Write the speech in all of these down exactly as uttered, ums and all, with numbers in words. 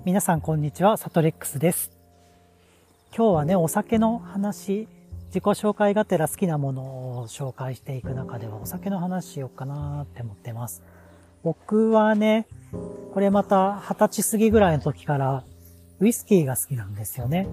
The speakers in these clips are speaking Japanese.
皆さんこんにちは、サトレックスです。今日はね、お酒の話、自己紹介がてら好きなものを紹介していく中ではお酒の話しようかなって思ってます。僕はね、これまた二十歳過ぎぐらいの時からウイスキーが好きなんですよね。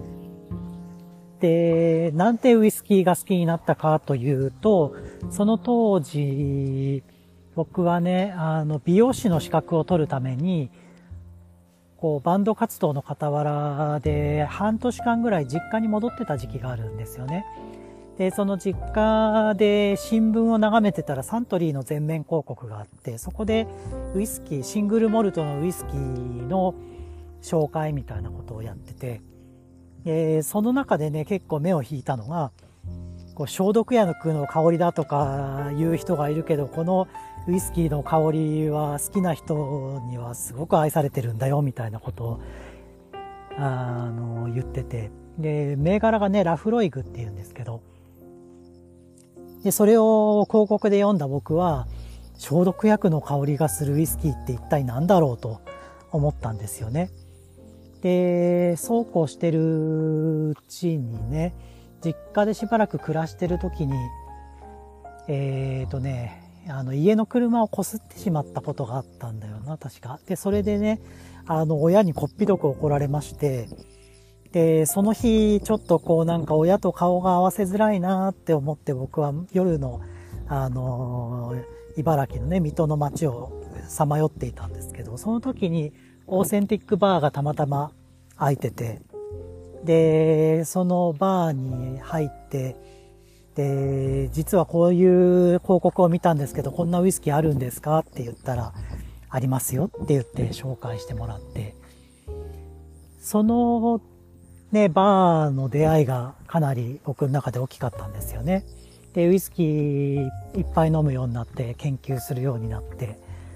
で、なんでウイスキーが好きになったかというと、その当時、僕はね、あの、美容師の資格を取るために、こう、バンド活動の傍らで半年間ぐらい実家に戻ってた時期があるんですよね。で、その実家で新聞を眺めてたらサントリーの全面広告があって、そこでウイスキー、シングルモルトのウイスキーの紹介みたいなことをやってて、でその中でね、結構目を引いたのが、こう消毒薬の香りだとか言う人がいるけど、このウイスキーの香りは好きな人にはすごく愛されてるんだよみたいなことをあの言ってて、で銘柄がねラフロイグっていうんですけど、でそれを広告で読んだ僕は、消毒薬の香りがするウイスキーって一体何だろうと思ったんですよね。でそうこうしてるうちにね、実家でしばらく暮らしてる時にえーとねあの家の車をこすってしまったことがあったんだよな、確か。でそれでね、あの親にこっぴどく怒られまして、でその日ちょっとこうなんか親と顔が合わせづらいなって思って、僕は夜のあの茨城のね水戸の街をさまよっていたんですけど、その時にオーセンティックバーがたまたま開いてて、でそのバーに入って、で実はこういう広告を見たんですけど、こんなウイスキーあるんですかって言ったら、ありますよって言って紹介してもらって、そのねバーの出会いがかなり僕の中で大きかったんですよね。でウイスキーいっぱい飲むようになって、研究するようになって、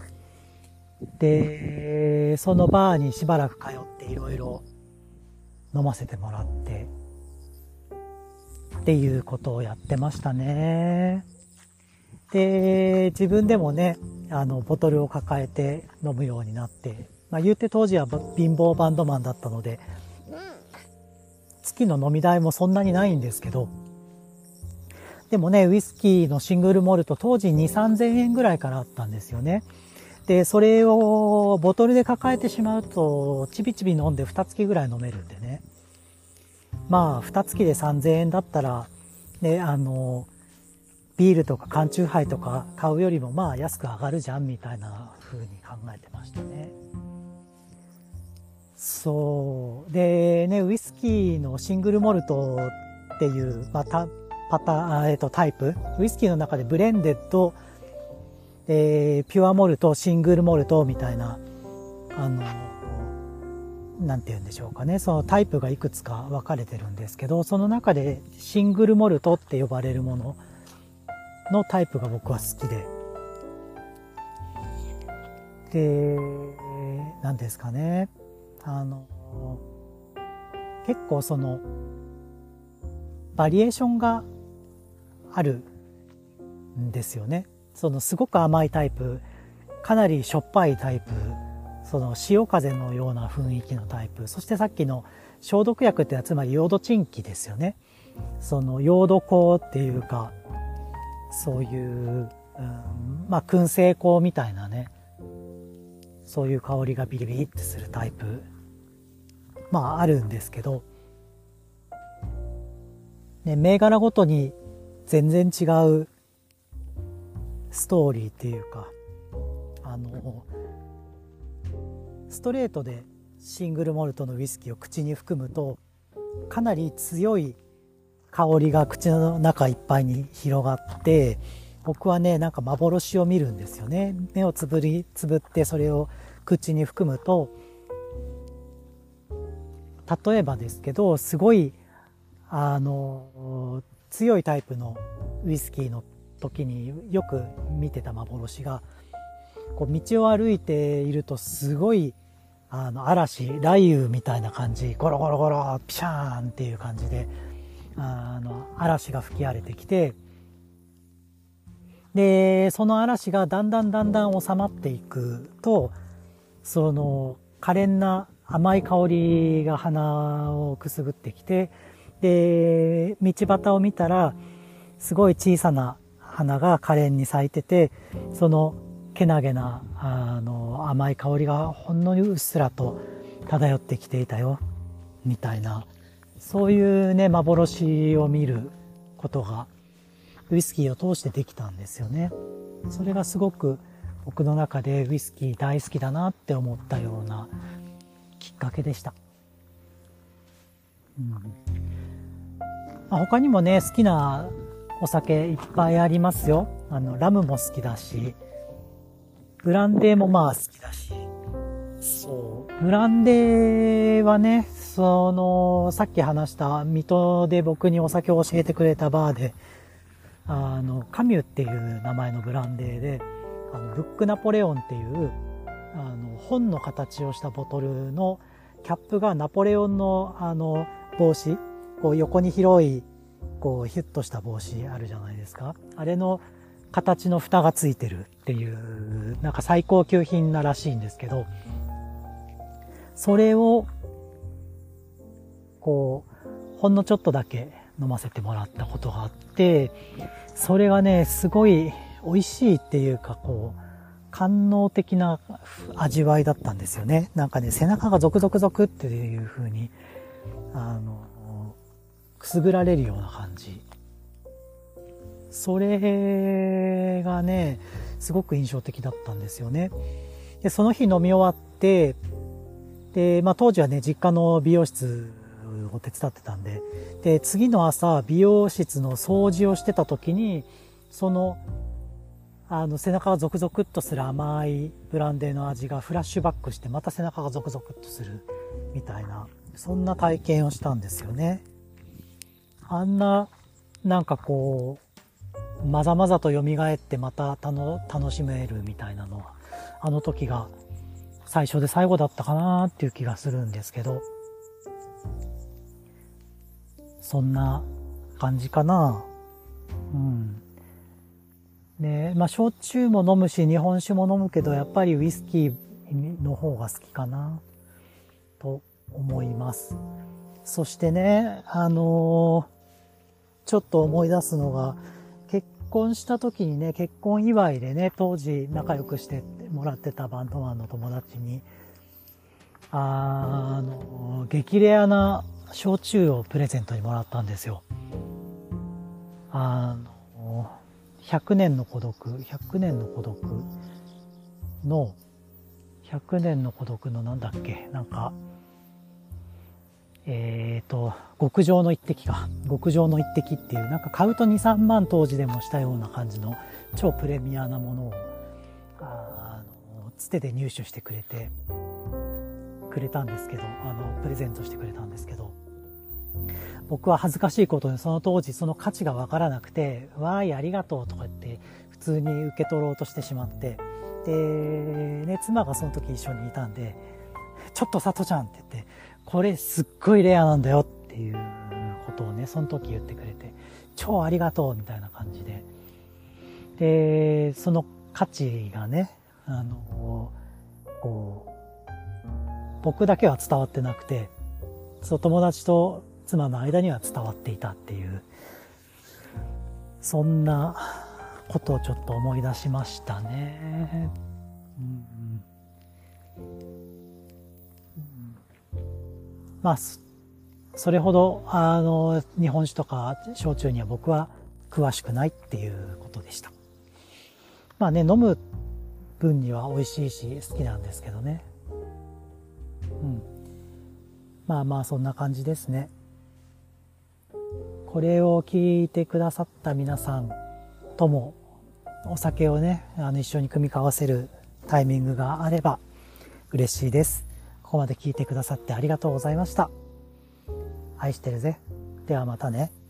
でそのバーにしばらく通っていろいろ飲ませてもらってっていうことをやってましたね。で自分でもね、あのボトルを抱えて飲むようになって、まあ、言って当時は貧乏バンドマンだったので月の飲み代もそんなにないんですけど、でもねウイスキーのシングルモルト当時にせんさんぜんえんぐらいからあったんですよね。でそれをボトルで抱えてしまうとちびちび飲んでにがつきぐらい飲めるんでね、まあにがつきでさんぜんえんだったらね、あのビールとか缶チューハイとか買うよりもまあ安く上がるじゃんみたいな風に考えてましたね。そうでね、ウイスキーのシングルモルトっていう、まあ、たパタえっとタイプ、ウイスキーの中でブレンデッド、えー、ピュアモルト、シングルモルトみたいな、あのなんて言うんでしょうかね、そのタイプがいくつか分かれてるんですけど、その中でシングルモルトって呼ばれるもののタイプが僕は好きで、で何ですかね、あの結構そのバリエーションがあるんですよね。そのすごく甘いタイプ、かなりしょっぱいタイプ、その潮風のような雰囲気のタイプ、そしてさっきの消毒薬ってのはつまりヨードチンキですよね。そのヨード香っていうか、そういう、うん、まあ燻製香みたいなね、そういう香りがビリビリってするタイプ、まああるんですけど、ね、銘柄ごとに全然違うストーリーっていうか、あのストレートでシングルモルトのウイスキーを口に含むと、かなり強い香りが口の中いっぱいに広がって、僕はねなんか幻を見るんですよね。目をつぶりつぶってそれを口に含むと、例えばですけど、すごいあの強いタイプのウイスキーの時によく見てた幻が、こう道を歩いているとすごいあの嵐、雷雨みたいな感じ、ゴロゴロゴロピシャーンっていう感じで、あの嵐が吹き荒れてきて、でその嵐がだんだんだんだん収まっていくと、その可憐な甘い香りが鼻をくすぐってきて、で、道端を見たら、すごい小さな花が可憐に咲いてて、そのけなげな、あの、甘い香りがほんのにうっすらと漂ってきていたよ、みたいな、そういうね、幻を見ることが、ウイスキーを通してできたんですよね。それがすごく僕の中でウイスキー大好きだなって思ったようなきっかけでした。うんまあ、他にもね、好きなお酒いっぱいありますよ。あの、ラムも好きだし、ブランデーもまあ好きだし、そう。ブランデーはね、その、さっき話した水戸で僕にお酒を教えてくれたバーで、あの、カミュっていう名前のブランデーで、あの、ブックナポレオンっていう、あの、本の形をしたボトルのキャップがナポレオンの、あの、帽子、こう横に広い、こうヒュッとした帽子あるじゃないですか。あれの形の蓋がついてるっていう、なんか最高級品ならしいんですけど、それを、こう、ほんのちょっとだけ飲ませてもらったことがあって、それがね、すごい美味しいっていうか、こう、官能的な味わいだったんですよね。なんかね、背中がゾクゾクゾクっていう風に、あの、くすぐられるような感じ。それがね、すごく印象的だったんですよね。で、その日飲み終わって、で、まあ当時はね、実家の美容室を手伝ってたんで、で、次の朝、美容室の掃除をしてた時に、その、あの、背中がゾクゾクっとする甘いブランデーの味がフラッシュバックして、また背中がゾクゾクっとする、みたいな、そんな体験をしたんですよね。あんな、なんかこう、まざまざと蘇ってまたたの楽しめるみたいなのは、あの時が最初で最後だったかなっていう気がするんですけど、そんな感じかな。うん。ね、まあ焼酎も飲むし日本酒も飲むけど、やっぱりウイスキーの方が好きかなと思います。そしてね、あのー、ちょっと思い出すのが、結婚した時にね、結婚祝いでね、当時仲良くしてもらってたバンドマンの友達に、あの、激レアな焼酎をプレゼントにもらったんですよ。あの、ひゃくねんの孤独、ひゃくねんの孤独の、ひゃくねんの孤独のなんだっけ、なんか、えーと、極上の一滴か。極上の一滴っていう、なんか買うとに、さんまん当時でもしたような感じの超プレミアなものを、あの、つてで入手してくれて、くれたんですけど、あの、プレゼントしてくれたんですけど、僕は恥ずかしいことにその当時その価値がわからなくて、わーいありがとうとか言って普通に受け取ろうとしてしまって、で、ね、妻がその時一緒にいたんで、ちょっと佐藤ちゃんって言って、これすっごいレアなんだよっていうことをね、その時言ってくれて、超ありがとうみたいな感じで。で、その価値がね、あの、こう、僕だけは伝わってなくて、そう友達と妻の間には伝わっていたっていう、そんなことをちょっと思い出しましたね。うんまあ、それほど、あの、日本酒とか焼酎には僕は詳しくないっていうことでした。まあね、飲む分には美味しいし好きなんですけどね。うん。まあまあそんな感じですね。これを聞いてくださった皆さんともお酒をね、あの一緒に組み交わせるタイミングがあれば嬉しいです。ここまで聞いてくださってありがとうございました。愛してるぜ。ではまたね。